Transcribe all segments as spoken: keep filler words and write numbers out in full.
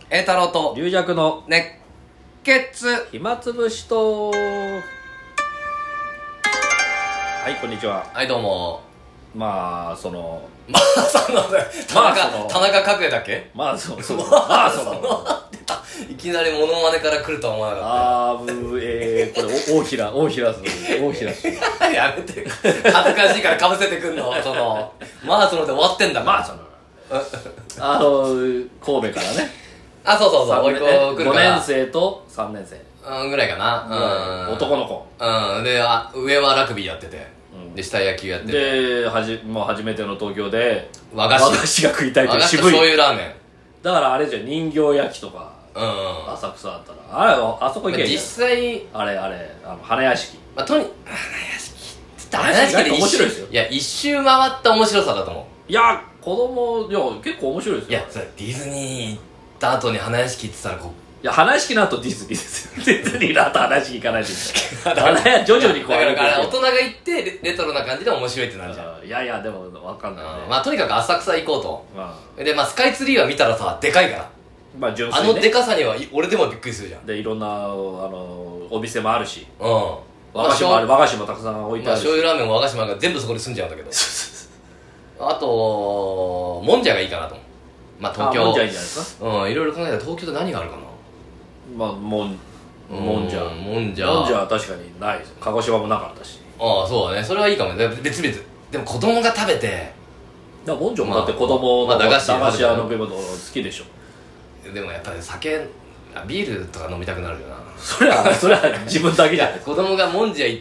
栄太郎と龍弱の熱血暇つぶしと。はい、こんにちは。 はいどうも。 まあそのまあその田まあ中、 その田中角栄だっけ。 まあそそままあその出た。いきなりモノマネから来るとは思わなかっあーぶえー、これお大平大平す大平すたやめて。恥ずかしいからかぶせてくんの。そのまあそので終わってんだから。 まあそのあの神戸からね、 あそうそうそう、おいっ子来るごからねん生とさんねん生うんぐらいかな。うん男の子うんで、あ上はラグビーやってて、 うんで下野球やってて、 ではじもう初めての東京で和菓子和菓子が食いたいと和いう渋い。 菓子と醤油ラーメン。 だからあれじゃん、人形焼きとかうんうん浅草だったらあれあそこ行けばいい実じゃん。 際あれあれあの花屋敷。 まあ、とに、花屋敷って花屋敷意外と面白いですよいや、一周回った面白さだと思う。 いや子供いや結構面白いですよ。 いや、それディズニー行った後に花屋敷って言ってたらこう、 いや花屋敷の後ディズニーですよ。ディズニーの後花屋敷行かないといけない。花屋徐々にこうだからだから大上げて人が行ってレ、レトロな感じで面白いってなるじゃん。 いやいやでも分かんないね。 うんまあ、とにかく浅草行こうと。 まで、まあ、スカイツリーは見たらさ、でかいから。 あまあ純あ粋にね。 のでかさにはい俺でもびっくりするじゃん。 でいろんなあのお店もあるし、 うん。 和菓子もある、和菓子もたくさん置いてまあ、 あるし。 醤油ラーメンも和菓子もあるから全部そこで済んじゃうんだけど。あと、もんじゃがいいかなと思う。まあ、東京。 あもんじゃいいんじゃないですか。 うん、いろいろ考えたら東京で何があるかな。 まあもんもんじゃうんもんじゃもんじゃは確かにないですよ。鹿児島もなかったし。 ああ、そうだね。それはいいかもね。別々。でも子供が食べて、 だからもんじゃもだって子供のまあ駄菓子駄菓子屋の部分の好きでしょ。 でもやっぱり酒、あビールとか飲みたくなるよな。 それはそれは自分だけじゃない。 子供がもんじゃ行って、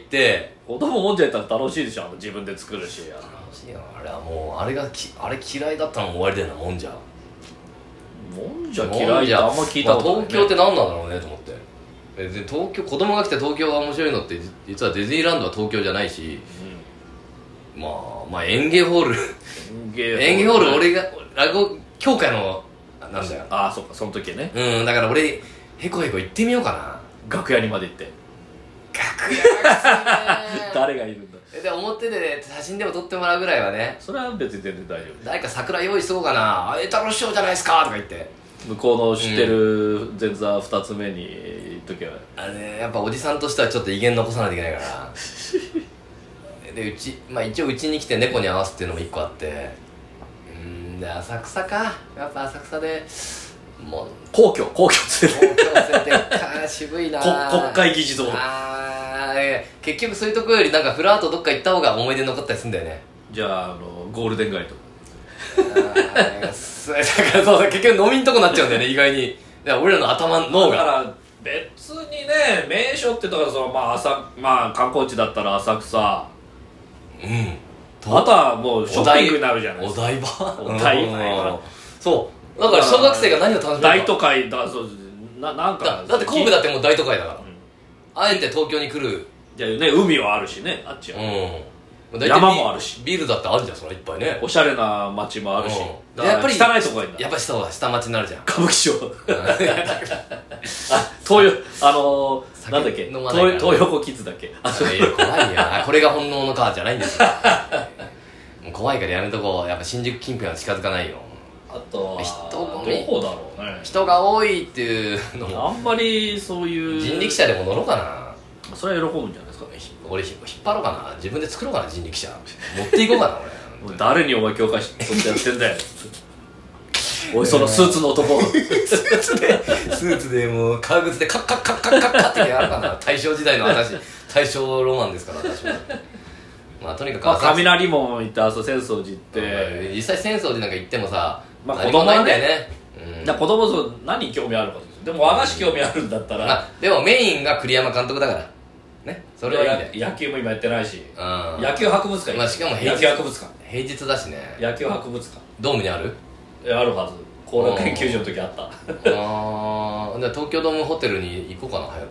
子供もんじゃやったら楽しいでしょ。あの自分で作るし。あの楽しいよ。あれはもう、あれがき、あれ嫌いだったのも終わりだよな、もんじゃ。 もんじゃ嫌いってあんま聞いたことない、ね。 まあ東京って何なんだろうねと思って。えで東京、子供が来て東京が面白いのって実はディズニーランドは東京じゃないし、まあまあ園芸ホール園芸園芸ホール俺が落語協会のなんだよ。 ああそっかその時はね、 うんだから俺へこへこ行ってみようかな。 楽屋にまで行って楽屋がきついね誰がいるんだ。 で表で写真でも撮ってもらうぐらいはね。 それは別に全然大丈夫。 誰か桜用意しそうかな。あ栄太郎師匠じゃないですかとか言って。 向こうの知ってる前座ふたつめに行っときは、 あれねやっぱおじさんとしてはちょっと威厳残さないといけないからでうちまあ一応うちに来て猫に合わすっていうのも一個あって、うんで浅草かやっぱ浅草でもう皇居皇居つって東京線でっか渋いな国会議事堂。 あー結局そういうとこよりなんかフラーとどっか行った方が思い出残ったりするんだよね。 じゃああのゴールデン街とかあーそれだからそう結局飲みんとこなっちゃうんだよね意外に。だから俺らの頭脳がだから別にね名所って言ったからそのまあ浅まあ観光地だったら浅草、 うんあとはもうショッピングになるじゃないですか。 お台場お台場うんそうだから小学生が何を楽しむか大都会だそうななんかだだって神戸だってもう大都会だから、 んあえて東京に来る。 じゃあね海はあるしねあっちは、 うん大体山もあるしビールだってあるじゃんそれいっぱいね。 おしゃれな街もあるし、 うんだからやっぱり汚いとこがいいんだ。 やっぱりそうだ下町になるじゃん歌舞伎町あ東洋あのー、なんだっけ飲まないから東東横キッズだっけ。あいや怖いよなこれが本能のカーじゃないんですよもう怖いからやめとこう。やっぱ新宿近辺は近づかないよ。 あとは人ど混みこだろうね。 人が多いっていうのもあんまりそういう人力車でも乗ろうかな。 それは喜ぶんじゃないですか。 ひ俺ひ引っ張ろうかな。自分で作ろうかな人力車持っていこうかな俺もう誰にお前教科書取ってやってんだよおいそのスーツの男スーツでスーツでもう革靴でカッカッカッカッカッカッってやるかな大正時代の話大正ロマンですから私はまあとにかくまあ、 浅草雷門行ってあそ浅草寺行って実際浅草寺なんか行ってもさ、 まあ何もないんだよね。うんだから子供そう何に興味あるかですよ。でも和菓子興味あるんだったら、 まあ、でもメインが栗山監督だからねそれはいいんだよ。 や野球も今やってないし、 うん野球博物館、 まあしかも平野日球博物館平日だしね。 野球博物館ドームにあるえあるはず。後楽園球場の時あったああじゃあ東京ドームホテルに行こうかな早く。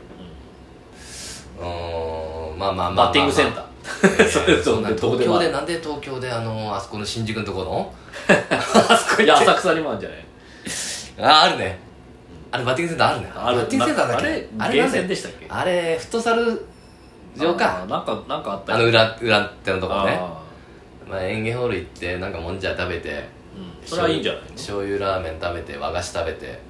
うんまあまあまあ、まあ、 バッティングセンターそれそんな東京でななんで東京であのあそこの新宿のところのあそこいや浅草にもあるんじゃない。 ああるね。あれバッティングセンターあるね。 あるバッティングセンターだっけ。 あれあれゲーセンでしたっけ。 あれフットサル場か。 あなんかなんかあったあの裏裏手のところね。 あまあ園芸ホール行ってなんかもんじゃ食べて、 うんそれはいいんじゃないの。 醤油ラーメン食べて和菓子食べて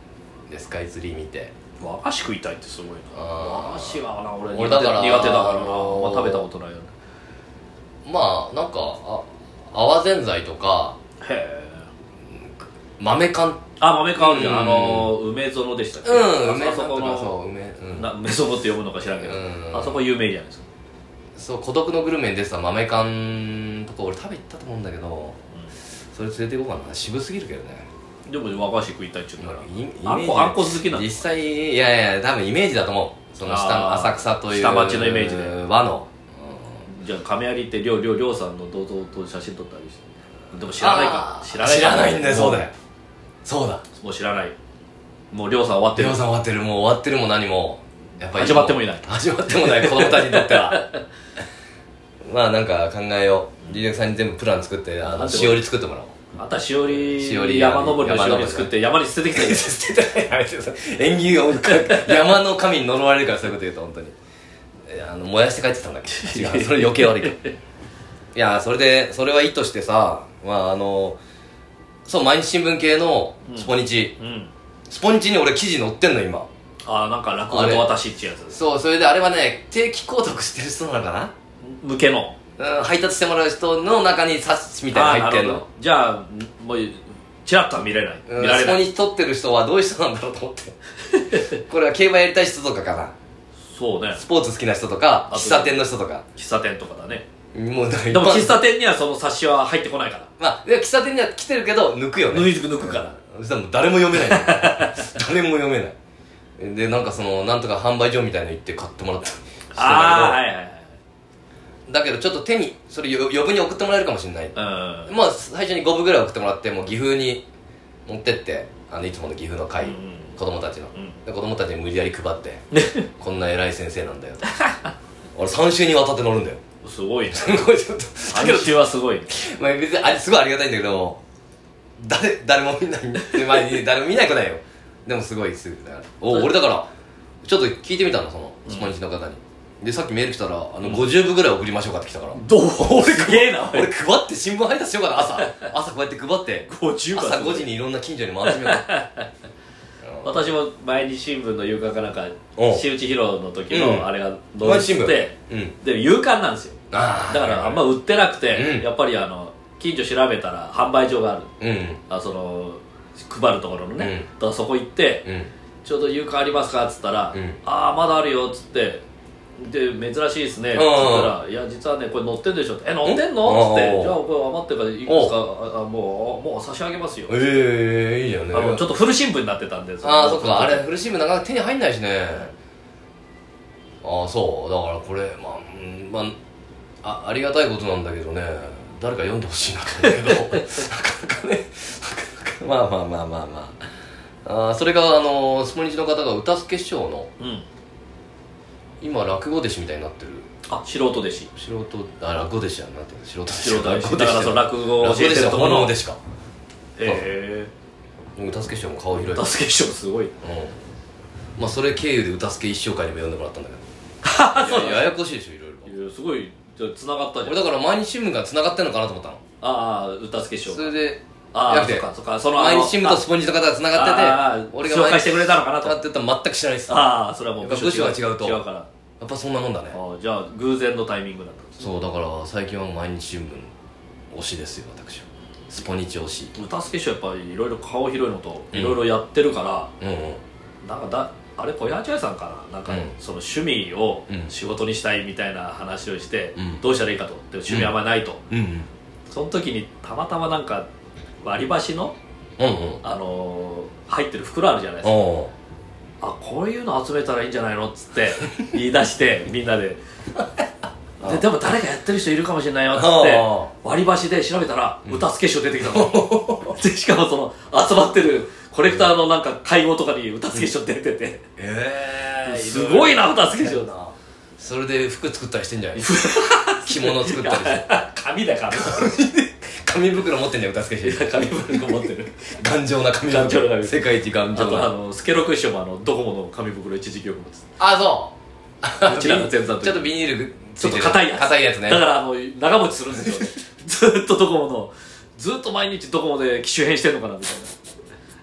でスカイツリー見て和菓子食いたいってすごいな。和菓子はな俺俺だから苦手だからな、 あのーまあ、食べたことないよね。 まあなんかあ泡ぜんざいとかへえ。 豆缶あ、豆買うじゃん、 うんあのー梅園でしたっけ。 うん梅あそこのそう梅、うん、 な梅園って読むのか知らんけど、 うんあそこ有名じゃないですか。 そう孤独のグルメに出てた豆缶とか俺食べ行ったと思うんだけど、それ連れて行こうかな。渋すぎるけどね。 でも和菓子食いたいっちゅうから、 イイメあんージこあんこ好きなの。 実際いやいや多分イメージだと思う。その下あー浅草という下町のイメージで和の、 じゃあ亀有ってりょうりょうりょうさんの銅像と写真撮ったりして。でも知らないかあー知らない知らないんだよ。そうだよ。 よそうだもう知らない。もうりょうさん終わってる。 りょうさん終わってる。もう終わってるも何もやっぱり始まってもいない始まってもない子供たちにとってはまあなんか考えよう。リーダーさんに全部プラン作ってあのしおり作ってもらおう。 あとはしおりしおり山登りのしおり山登り作って山に捨ててきたんです捨ててないやめてください。縁起が山の神に呪われるからそういうこと言うと本当にいやあの燃やして帰ってきたんだっけ。違うそれ余計悪いからいやそれでそれはいいとしてさ、まああのそう毎日新聞系のスポニチ、 うん。 スポニチに俺記事載ってんの今。 ああ、なんか落語と私ってやつです。 そうそれであれはね定期購読してる人なのかな、 向けの。 うん、配達してもらう人の中に冊子みたいなの入ってんの。 あーなるほどじゃあもうチラッとは見れない、 うん、 見られない。 スポニチ取ってる人はどういう人なんだろうと思ってこれは競馬やりたい人とかかな、 そうね。 スポーツ好きな人とかあと喫茶店の人とか。 喫茶店とかだね。 もうだからでも喫茶店店にはその冊子は入ってこないから、 まあで喫茶店には来てるけど抜くよね。 抜い抜くから。 そしたらもう誰も読めない誰も読めないでなんかそのなんとか販売所みたいなの行って買ってもらったしてんだけど、 ああはいはいはい。 だけどちょっと手にそれよ余分に送ってもらえるかもしれない。 うん。 まあ最初にごぶぐらい送ってもらってもう岐阜に持ってってあのいつもの岐阜の会、 うんうん子供たちの、 うんで子供たちに無理やり配ってこんな偉い先生なんだよと俺さん週にわたって乗るんだよ。 すごいね。 すごいちょっとだけど三週はすごいね。 まあ別にあれすごいありがたいんだけど誰誰も見ないまあ誰も見ないくないよ。でもすごいすぐだからお俺だからちょっと聞いてみたのそのスポニチの方に、でさっきメール来たらあのごじゅうぶぐらい送りましょうかって来たから、 どうすげえな俺配って新聞配達しようかな朝朝こうやって配ってごじゅう朝ごじにいろんな近所に回ってみようか私も毎日新聞の夕刊かなんかおう仕打ち披露の時うんのあれが毎日新聞て、 うんで夕刊なんですよ。 あだからあんま売ってなくて、 うんやっぱりあの近所調べたら販売所がある、 うんあその配るところのね、 うんだからそこ行って、 うんちょうど夕刊ありますかっつったら、 うんああまだあるよっつってで珍しいですねっつったら、いや実はねこれ乗ってんでしょって、え乗ってんのっつって、 おじゃあこれ余ってるからいくつかああもうもう差し上げますよ、 ええいいよね。 あのちょっとフル新聞になってたんでああそっかあれのフルシームなかなか手に入んないしね。ああそうだからこれまあ、うんまあ、あありがたいことなんだけどね誰か読んでほしいなと思うけどなかなかねまあまあまあまあまああーそれがあのスポニチの方が歌助師匠のうん今落語弟子みたいになってるあ素人弟子素人あ落語弟子やんなってる素人弟子素人弟子落語だからその落語を教えてるところ本の物弟子かへえ歌助師匠も顔広い。 助け師匠すごいうんまあそれ経由で歌助一生会にも呼んでもらったんだけどいやややこしいでしょいろいろいやすごいじゃあ繋がったじゃん俺だから毎日新聞が繋がってんのかなと思ったの。 ああ歌助師匠それでああじゃなくてそっかそっかその毎日新聞とスポニチの方が繋があってて俺が紹介してくれたのかなと毎日って言ったら全く知らないっす。やああそれはもうっぱ部署が違うと違うからっぱそんなもんだね。 ああじゃあ偶然のタイミングだったんですねそうだから最近は毎日新聞推しですよ私は。スポニチ推し。 歌助師匠やっぱりいろいろ顔広いのとうんいろいろやってるから、 うんうんなんかだあれ小八千さんかななんか、 うんその趣味をうん仕事にしたいみたいな話をして、 うんどうしたらいいかとで趣味あんまりないと、 うんうんその時にたまたまなんか割り箸の、 うんうんあのー入ってる袋あるじゃないですか。 おあこういうの集めたらいいんじゃないのっつって言い出してみんなでででも誰かやってる人いるかもしれないよっつってあ割り箸で調べたら歌助師匠出てきたの、でしかもその集まってるコレクターのなんか会合とかに歌助師匠出てて、 ええすごいな歌助師匠な。それで服作ったりしてんじゃない着物作ったりして紙だ紙紙袋持ってんじゃん歌助師匠。 紙袋持ってる頑丈な紙頑丈な紙袋世界一頑あとあ丈な。 のスケロク師匠もあのドコモの紙袋一時期よく持ってあそううちらの前座の時ちょっとビニールちょっと硬いやつ硬いやつね。 だからあの長持ちするんですよねずーっとドコモのずーっと毎日ドコモで機種変してんのかなみたいな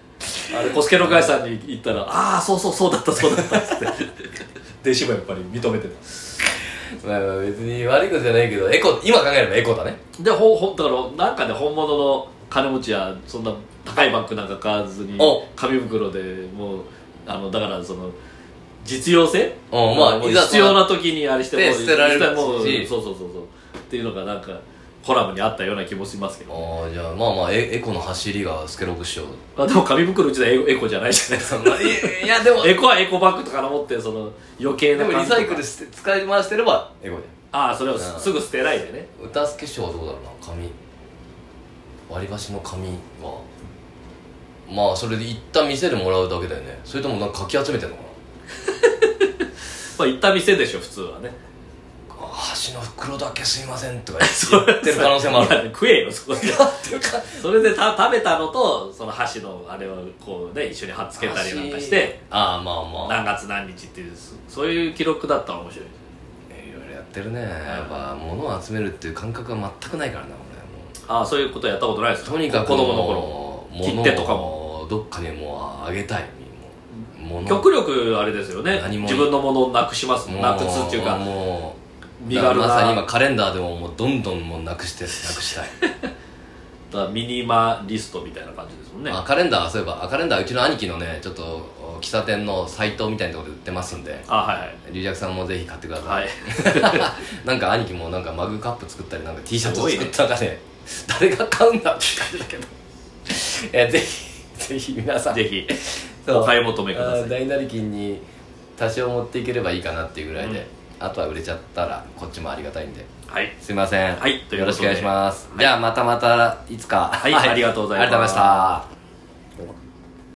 あれコスケの会さんに言ったらああそうそうそうだったそうだったっつって弟子もやっぱり認めてた。 まあまあ別に悪いことじゃないけどエコ今考えればエコだね。 でほほだからなんかね本物の金持ちはそんな高いバッグなんか買わずに紙袋でもうあのだからその実用性、 うんまあもう必要な時にあれしても捨てられるし、 もうそうそうそうそうっていうのがなんかコラムにあったような気もしますけど、ね、 ああじゃあまあまあエエコの走りがスケロク師匠あでも紙袋うちはエコエコじゃないじゃないですかいやでもエコはエコバッグとかの持ってその余計なでもリサイクルして使い回してればエコでああそれをすぐ捨てないでね。 歌助師匠はどうだろうな紙割り箸の紙はまあそれで一旦店でもらうだけだよね。それともなんかかき集めてんのかなまあ行った店でしょ普通はね。 箸の袋だけすいませんとか言ってる可能性もある食えよそこでそれでた食べたのとその箸のあれをこうね一緒に貼っつけたりなんかしてああまあまあ何月何日っていうそういう記録だったら面白い。 いろいろやってるね。やっぱ物を集めるっていう感覚は全くないからな俺はもう。 ああそういうことやったことないですか。 とにかく子供の頃切手とかもどっかにもうあげたい。もう極力あれですよね自分のものをなくしますなくすっていうかもう身軽なまさに今カレンダーでももうどんどんもうなくしてなくしたいだからミニマリストみたいな感じですもんね。 あカレンダーそういえばあカレンダーうちの兄貴のねちょっと喫茶店のサイトみたいなところで売ってますんであはいはい龍尺さんもぜひ買ってください、 はい、 なんか兄貴もなんかマグカップ作ったりなんか T シャツ作ったかね誰が買うんだって感じだけどえぜひぜひ皆さんぜひお買い求めください。 大なり金に多少持っていければいいかなっていうぐらいで、うん、あとは売れちゃったらこっちもありがたいんで、はい、すいません、 はい、 よろしくお願いします、 はい、 じゃあまたまたいつかはい、はい、ありがとうございます。 ありがとうございました。